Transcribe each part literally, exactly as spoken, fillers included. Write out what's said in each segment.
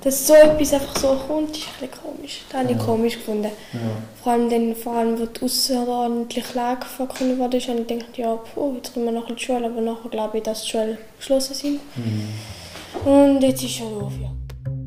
dass so etwas einfach so kommt, ist ein bisschen komisch. Das habe ich Ja. komisch gefunden. Ja. Vor allem, dann, vor allem, wo die außerordentliche Lage verkündet wurde, habe ich gedacht, ja, puh, jetzt kommen wir noch in die Schule, aber nachher glaube ich, dass die Schulen geschlossen sind. Mhm. Und jetzt ist es schon doof, ja.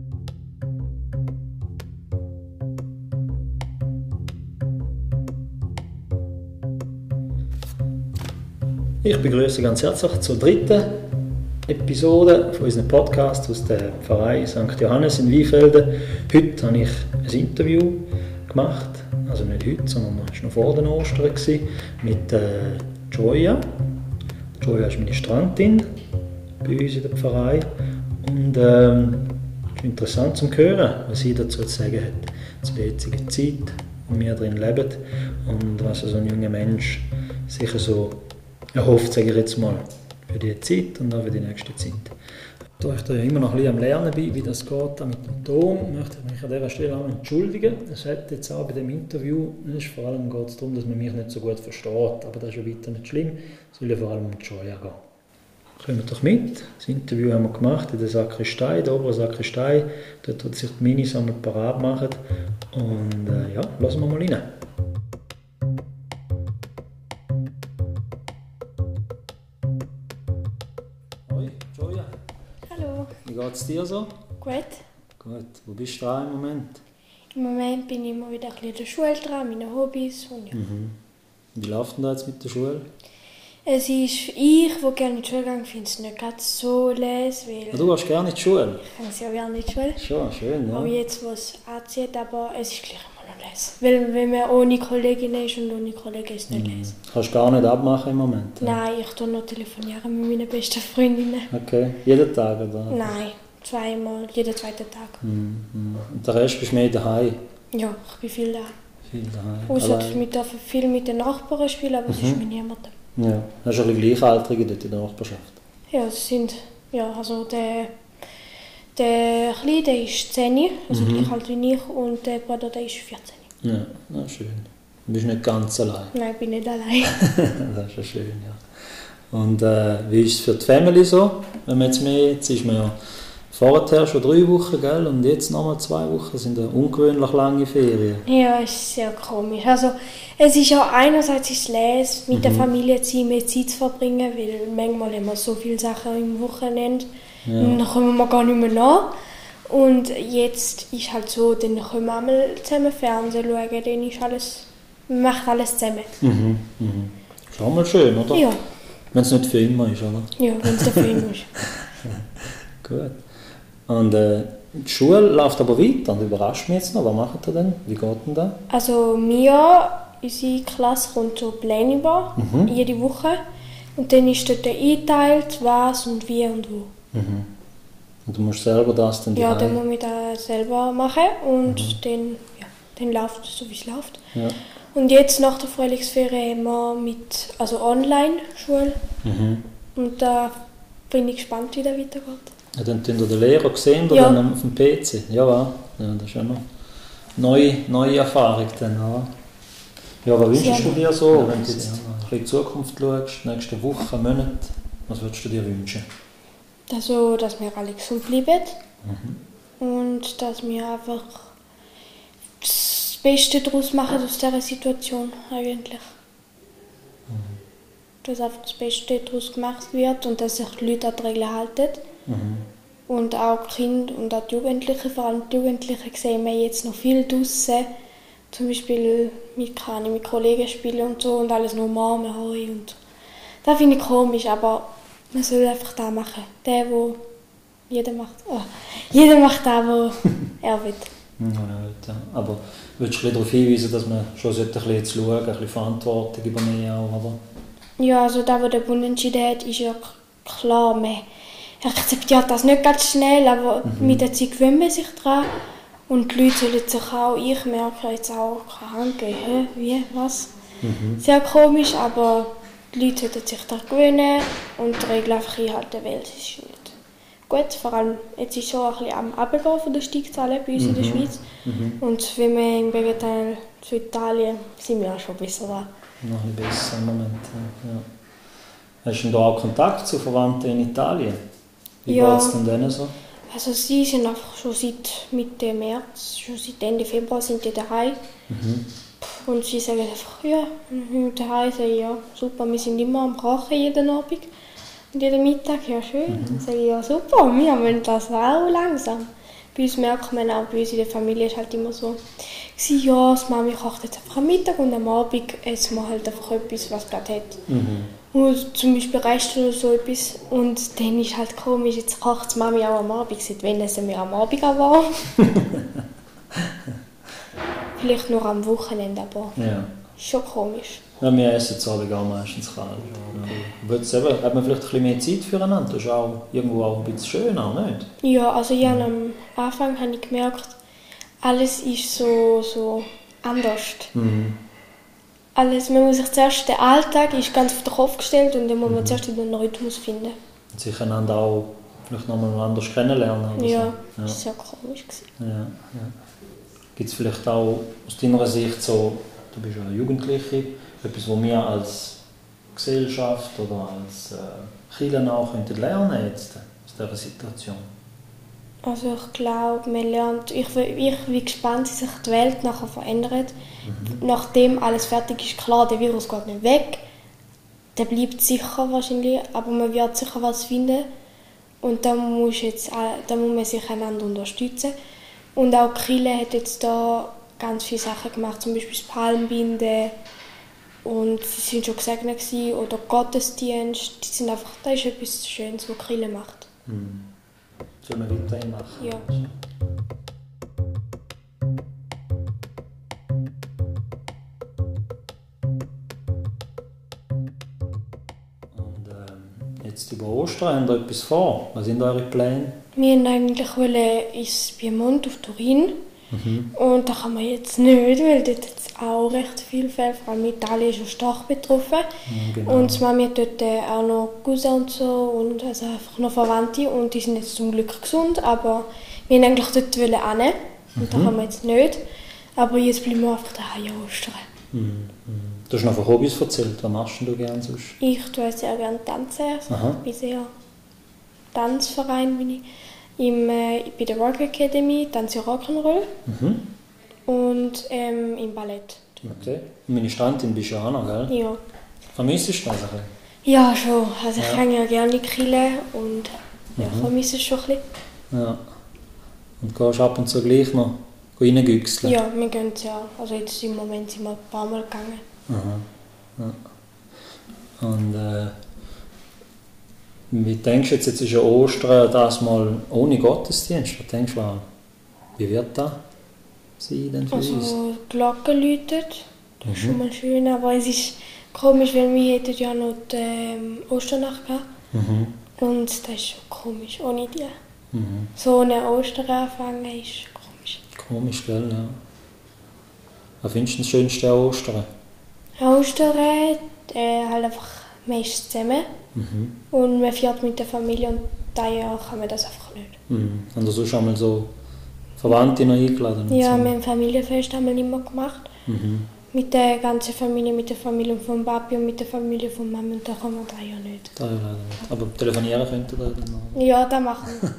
Ich begrüße ganz herzlich zur dritten Episode von unserem Podcast aus dem Pfarrei Sankt Johannes in Weinfelden. Heute habe ich ein Interview gemacht, also nicht heute, sondern es war noch vor den Ostern, mit äh, Joya. Joya ist Ministrantin bei uns in der Pfarrei. Und ähm, es ist interessant zu hören, was sie dazu zu sagen hat, zur jetzigen Zeit, in der wir drin leben und was so ein junger Mensch sicher so erhofft, sage ich jetzt mal, für diese Zeit und auch für die nächste Zeit. Da ich da ja immer noch ein bisschen am Lernen bin, wie das geht auch mit dem Ton, möchte ich mich an dieser Stelle auch entschuldigen. Das hat jetzt auch bei dem Interview, es ist vor allem geht es darum, dass man mich nicht so gut versteht, aber das ist ja weiter nicht schlimm, es soll ja vor allem um die Joya gehen. Kommen doch mit. Das Interview haben wir gemacht in der Sakristei, in der oberen Sakristei, dort wird sich die Minis einmal parat machen und äh, ja, lassen wir mal rein. Joya, Hallo. wie geht es dir so? Gut. Gut, wo bist du dran im Moment? Im Moment bin ich immer wieder ein bisschen in der Schule dran, meine Hobbys. Und ja. Mhm. Wie läuft denn da jetzt mit der Schule? Es ist ich, der gerne in die Schule gehe, finde es nicht ganz so les, weil Ja, du gehst gerne in die Schule? ich kann sehr gerne in die Schule. Schon, schön, Auch ja. jetzt, wo es anzieht, aber es ist gleich immer noch les. Weil wenn man ohne Kolleginnen ist und ohne Kollegen ist es nicht les. Kannst du gar nicht abmachen im Moment? Ja. Nein, ich tue noch telefonieren mit meinen besten Freundinnen. Okay, jeden Tag, oder? Nein, zweimal, jeden zweiten Tag. Mhm. mhm. Und der Rest bist du mehr daheim? Ja, ich bin viel da. Viel daheim. Außer Allein? wir dürfen viel mit den Nachbarn spielen, aber es ist mit niemandem. Ja, hast du ein bisschen Gleichaltrige dort in der Nachbarschaft? Ja, es sind, ja, also der, der Kleine, der ist zehn, also Mhm. gleich alt wie ich, und der Bruder, der ist vierzehn. Ja, na schön. Du bist nicht ganz allein. Nein, ich bin nicht allein. Das ist ja schön, ja. Und äh, wie ist es für die Family so? Wenn man jetzt mehr, jetzt ist man ja vorher schon drei Wochen, gell? Und jetzt nochmal zwei Wochen, sind ja ungewöhnlich lange Ferien. Ja, es ist sehr komisch. Also, es ist ja einerseits ist es les, mit der Familie zu sein, mehr Zeit zu verbringen, weil manchmal haben wir so viele Sachen im Wochenende, Ja. und dann kommen wir gar nicht mehr nach. Und jetzt ist halt so, dann können wir einmal zusammen Fernsehen schauen, dann ist alles, man macht alles zusammen. Mhm, mhm. Ist auch mal schön, oder? Ja, Wenn es nicht für immer ist, oder? ja, wenn es dafür ist. Gut. Und äh, die Schule läuft aber weiter und überrascht mich jetzt noch. Was macht ihr denn? Wie geht denn das? Also wir, unsere Klasse kommt so Pläne über, Mhm. jede Woche. Und dann ist dort eingeteilt, was und wie und wo. Mhm. Und du musst selber das dann Ja, dann daheim- muss ich das selber machen und dann, ja, dann läuft es so, wie es läuft. Ja. Und jetzt nach der Frühlingsferien haben wir mit, also Online-Schule. Mhm. Und da bin ich gespannt, wie das weitergeht. Ja, dann habt ihr den Lehrer gesehen oder Ja. dann auf dem P C? Ja, wa? Ja, das ist ja noch neue, neue Erfahrung dann, oder? Ja, was wünschst Sehr du neu. dir so, Ja, wenn du jetzt sehr ein bisschen in die Zukunft schaust, nächste Woche, Monat, was würdest du dir wünschen? Also, dass wir alle gesund bleiben und dass wir einfach das Beste daraus machen aus dieser Situation eigentlich. Dass einfach das Beste daraus gemacht wird und dass sich die Leute an die Regeln halten. Mhm. Und auch die Kinder und auch die Jugendlichen, vor allem die Jugendlichen, sehen wir jetzt noch viel draussen. Zum Beispiel mit, kann ich mit Kollegen spielen und so und alles nur Umarmen habe. Und das finde ich komisch, aber man soll einfach das machen. Der, wo jeder macht. Oh, jeder macht das, was er will. Ja, nicht, ja. Aber würdest du ein bisschen darauf hinweisen, dass man schon ein bisschen jetzt schauen sollte, ein bisschen Verantwortung übernehmen auch, aber Ja, also das, was der Bund entschieden hat, ist ja klar. Man akzeptiert das nicht ganz schnell, aber Mhm. mit der Zeit gewöhnt man sich daran. Und die Leute sollen sich auch, ich merke jetzt auch, keine Ahnung, hä, wie, was? Mhm. Sehr komisch, aber die Leute sollten sich daran gewöhnen und die Regeln einfach einhalten, weil es ist nicht gut. Vor allem, jetzt ist es schon ein bisschen am Runtergehen von den Steigzahlen bei uns in der Mhm. Schweiz. Mhm. Und wenn wir im Gegenteil zu Italien sind wir auch schon besser dran. noch ein bisschen besser im Moment. Ja. Ja. Hast du denn da auch Kontakt zu Verwandten in Italien? Wie Ja. geht es denn denen so? Also sie sind einfach schon seit Mitte März, schon seit Ende Februar sind die daheim. Mhm. Und sie sagen einfach, ja, wir daheim sagen, ja, super, wir sind immer am Kochen jeden Abend und jeden Mittag, ja schön. Mhm. Dann sage ich, ja super, wir wollen das auch langsam. Bei uns merkt man auch, bei uns in der Familie ist halt immer so, sie, ja, die Mami kocht jetzt einfach am Mittag und am Abend essen wir halt einfach etwas, was gerade hat. Mhm. Und zum Beispiel Reste oder so etwas. Und dann ist halt komisch, jetzt kocht die Mami auch am Abend, seit wann essen wir am Abend auch warm. Vielleicht nur am Wochenende, aber Ja. ist schon komisch. Ja, wir essen zu Abend auch meistens kalt. Ja. Eben, hat man vielleicht ein bisschen mehr Zeit füreinander? Das ist auch irgendwo auch ein bisschen schön, auch nicht? Ja, also ja, am Anfang habe ich gemerkt, alles ist so, so anders. Mhm. Alles, man muss sich zuerst, der Alltag ist ganz auf den Kopf gestellt und dann muss man zuerst wieder einen Rhythmus finden. Und sich einander auch vielleicht nochmal anders kennenlernen. Oder Ja, so. das war sehr komisch. gewesen. Ja, ja. Gibt es vielleicht auch aus deiner Sicht so, du bist ja eine Jugendliche, etwas, was wir als Gesellschaft oder als äh, Kirche auch könnten lernen jetzt aus dieser Situation? Also ich glaube, man lernt, ich, ich bin gespannt, wie sich die Welt nachher verändert. Mhm. Nachdem alles fertig ist, klar, der Virus geht nicht weg, der bleibt sicher wahrscheinlich, aber man wird sicher was finden. Und da muss, jetzt, da muss man sich einander unterstützen. Und auch die Kirche hat jetzt da ganz viele Sachen gemacht, zum Beispiel das Palmbinden. Und sie waren schon gesegnet gewesen, oder Gottesdienst. Die sind einfach, das ist etwas Schönes, was die Kirche macht. Mhm. Sollen wir weiterhin machen? Ja. Und ähm, jetzt über Ostern, habt ihr etwas vor? Was sind eure Pläne? Wir wollten eigentlich ins Piemont auf Turin. Mhm. Und da kann man jetzt nicht, weil dort jetzt auch recht viel fällt. Vor allem Italien ist schon stark betroffen. Ja, genau. Und die Mami hat dort auch noch Cousin und so und also einfach noch Verwandte und die sind jetzt zum Glück gesund, aber wir wollten eigentlich dort hin und mhm. da kann man jetzt nicht. Aber jetzt bleiben wir einfach daheim in Ostern. Mhm. Du hast noch von Hobbys erzählt, was machst du gerne sonst? Ich tue sehr gerne tanzen, also Aha. ich bin sehr Tanzverein bin ich. Im, äh, bei der Rock Academy tanze ich Rock'n'Roll Mhm. und ähm, im Ballett. Okay. Und Ministrantin bist du ja auch noch, gell? Ja. Vermisst du das ein bisschen? Ja, schon. Also ich Ja. kann ja gerne in die Kirche und ja, Mhm. vermisse es schon ein bisschen. Ja. Und gehst ab und zu gleich noch reingüchseln? Ja, wir gehen ja. Also jetzt im Moment sind wir ein paar Mal gegangen. Aha. Ja. Und äh, wie denkst du jetzt, jetzt ist ja Ostern das mal ohne Gottesdienst? Was denkst du, wie wird das sein denn für uns? Also die Glocke läutet, das ist Mhm. schon mal schön, aber es ist komisch, weil wir hätten ja noch die ähm, Osternacht gehabt. Mhm. Und das ist schon komisch, ohne die. Mhm. So eine Ostern anfangen ist komisch. Komisch, gell? Ja. Was findest du das Schönste an Ostern? Ostern, äh, halt einfach, man ist zusammen Mhm. und man fährt mit der Familie und dieses Jahr kann man das einfach nicht. Mhm. Haben du sonst einmal so Verwandte noch eingeladen? und Ja, so? wir haben Familienfest einmal immer gemacht. Mhm. Mit der ganzen Familie, mit der Familie von Papi und mit der Familie von Mama und da kann man das ja nicht. Da ja leider nicht. Aber telefonieren könnt ihr da dann noch. Ja, das machen wir.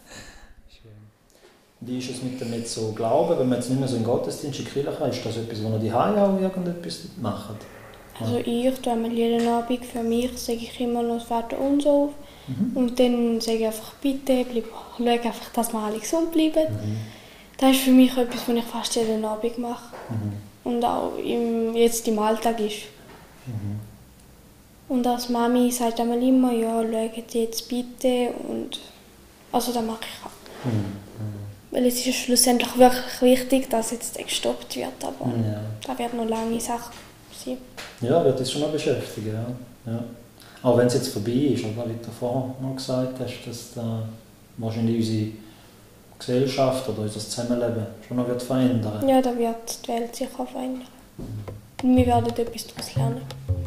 Wie ist es mit dem jetzt so Glauben, wenn man jetzt nicht mehr so in den Gottesdienst in die Kirche kann? Ist das etwas, wo noch die Hause auch irgendetwas macht? Also ich tue einmal jeden Abend für mich, sage ich immer noch das Vater unser auf. Mhm. Und dann sage ich einfach, bitte, bleib, schau einfach, dass wir alle gesund bleiben. Mhm. Das ist für mich etwas, was ich fast jeden Abend mache. Mhm. Und auch im, jetzt im Alltag ist. Mhm. Und als Mami sagt einmal immer, ja, schaut jetzt bitte. Und also das mache ich auch. Mhm. Weil es ist schlussendlich wirklich wichtig, dass jetzt gestoppt wird, aber Ja. das wird noch eine lange Sache sein. Ja, wird das schon noch beschäftigen. Ja. Ja. Auch wenn es jetzt vorbei ist, oder? Wie du vorhin noch gesagt hast, dass da wahrscheinlich unsere Gesellschaft oder unser Zusammenleben schon noch wird verändern. Ja, da wird die Welt sich auch verändern. Und wir werden etwas daraus lernen.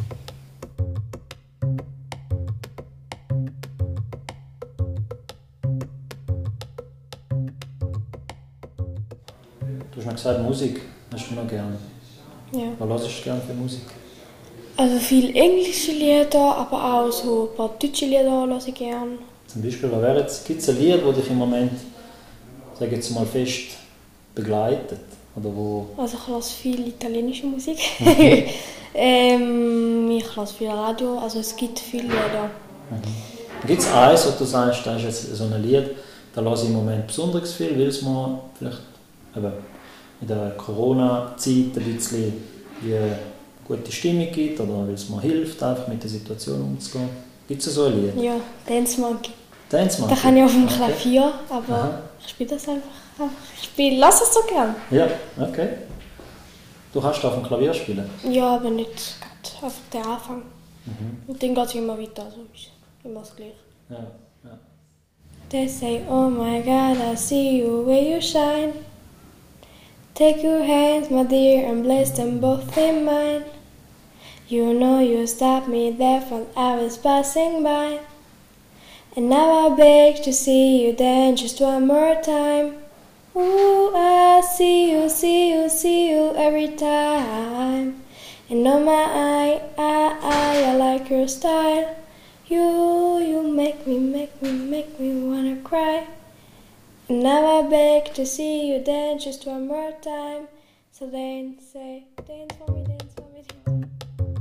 Du hast noch gesagt, Musik hast du noch gerne. Ja. Was hörst du gerne für Musik? Also viel englische Lieder, aber auch so ein paar deutsche Lieder höre ich gerne. Zum Beispiel, was wäre jetzt, gibt es ein Lied, das dich im Moment, sage jetzt mal, fest begleitet? Oder wo? Also ich höre viel italienische Musik. Mhm. ähm, ich höre viel Radio, also es gibt viele Lieder. Mhm. Gibt es eins, wo du sagst, das ist jetzt so ein Lied, da höre ich im Moment besonders viel, weil es mir vielleicht eben in der Corona-Zeit ein bisschen wie eine gute Stimmung gibt oder weil es mir hilft, einfach mit der Situation umzugehen. Gibt es so ein Lied? Ja, Dance Monkey. Dance Monkey? Da kann ich auf dem Okay. Klavier, aber Aha. ich spiele das einfach. einfach. Ich spiele, lass es so gern. Ja, okay. Du kannst auf dem Klavier spielen? Ja, aber nicht gerade auf den Anfang. Mhm. Und dann geht es immer weiter, also ist immer das Gleiche. Ja, ja. They say, oh my God, I see you where you shine. Take your hands, my dear, and place them both in mine. You know you stopped me there when I was passing by. And now I beg to see you then just one more time. Ooh, I see you, see you, see you every time. And on my eye, I, I, I like your style. You, you make me, make me, make me wanna cry. And now I beg to see you dance just one more time. So then say, dance for me, dance for me, dance for me.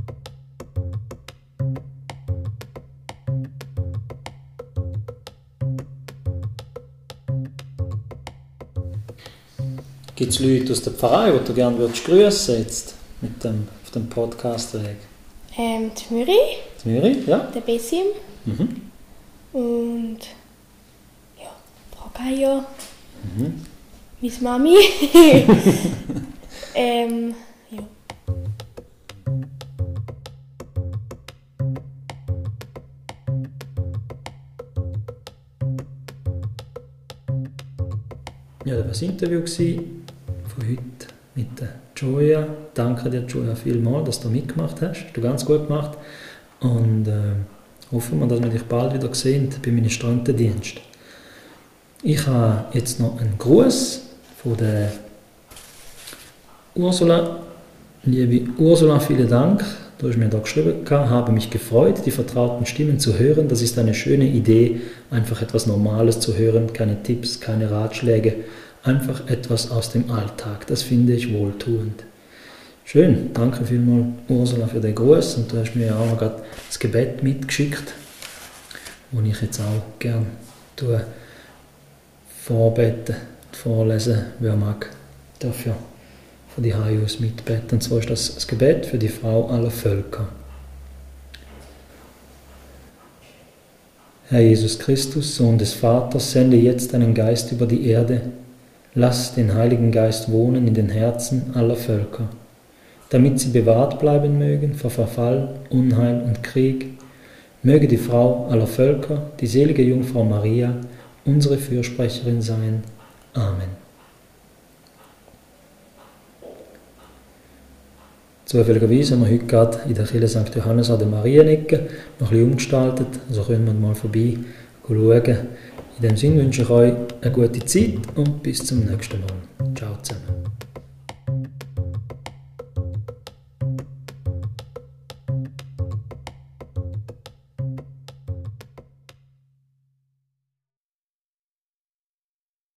Gibt es Leute aus dem Pfarrei, die du gerne würdest grüßen jetzt mit dem, auf dem Podcast-Weg? Ähm, die Müri, Die Miri, ja? der Besim Mhm. und ja, Frau Gaio, Mhm. meine Mami. ähm, ja. Ja, das war das Interview von heute mit der Joya. Danke dir, Joya, vielmals, dass du mitgemacht hast. Hast du ganz gut gemacht. Und äh, hoffen wir, dass wir dich bald wieder sehen bei Ministrantendienst. Ich habe jetzt noch einen Gruß von der Ursula. Liebe Ursula, vielen Dank. Du hast mir da geschrieben, habe mich gefreut, die vertrauten Stimmen zu hören. Das ist eine schöne Idee, einfach etwas Normales zu hören, keine Tipps, keine Ratschläge, einfach etwas aus dem Alltag. Das finde ich wohltuend. Schön, danke vielmals Ursula für den Gruß und du hast mir auch noch gerade das Gebet mitgeschickt, das ich jetzt auch gerne tue, vorbeten, vorlesen, wer mag, dafür. Von die Haius mitbeten. Und zwar ist das das Gebet für die Frau aller Völker. Herr Jesus Christus, Sohn des Vaters, sende jetzt deinen Geist über die Erde. Lass den Heiligen Geist wohnen in den Herzen aller Völker, damit sie bewahrt bleiben mögen vor Verfall, Unheil und Krieg. Möge die Frau aller Völker, die selige Jungfrau Maria, unsere Fürsprecherin sein. Amen. Zufälligerweise haben wir heute gerade in der Kirche Sankt Johannes an der Marienecke noch ein bisschen umgestaltet, also können wir mal vorbei schauen. In dem Sinne wünsche ich euch eine gute Zeit und bis zum nächsten Mal. Ciao zusammen.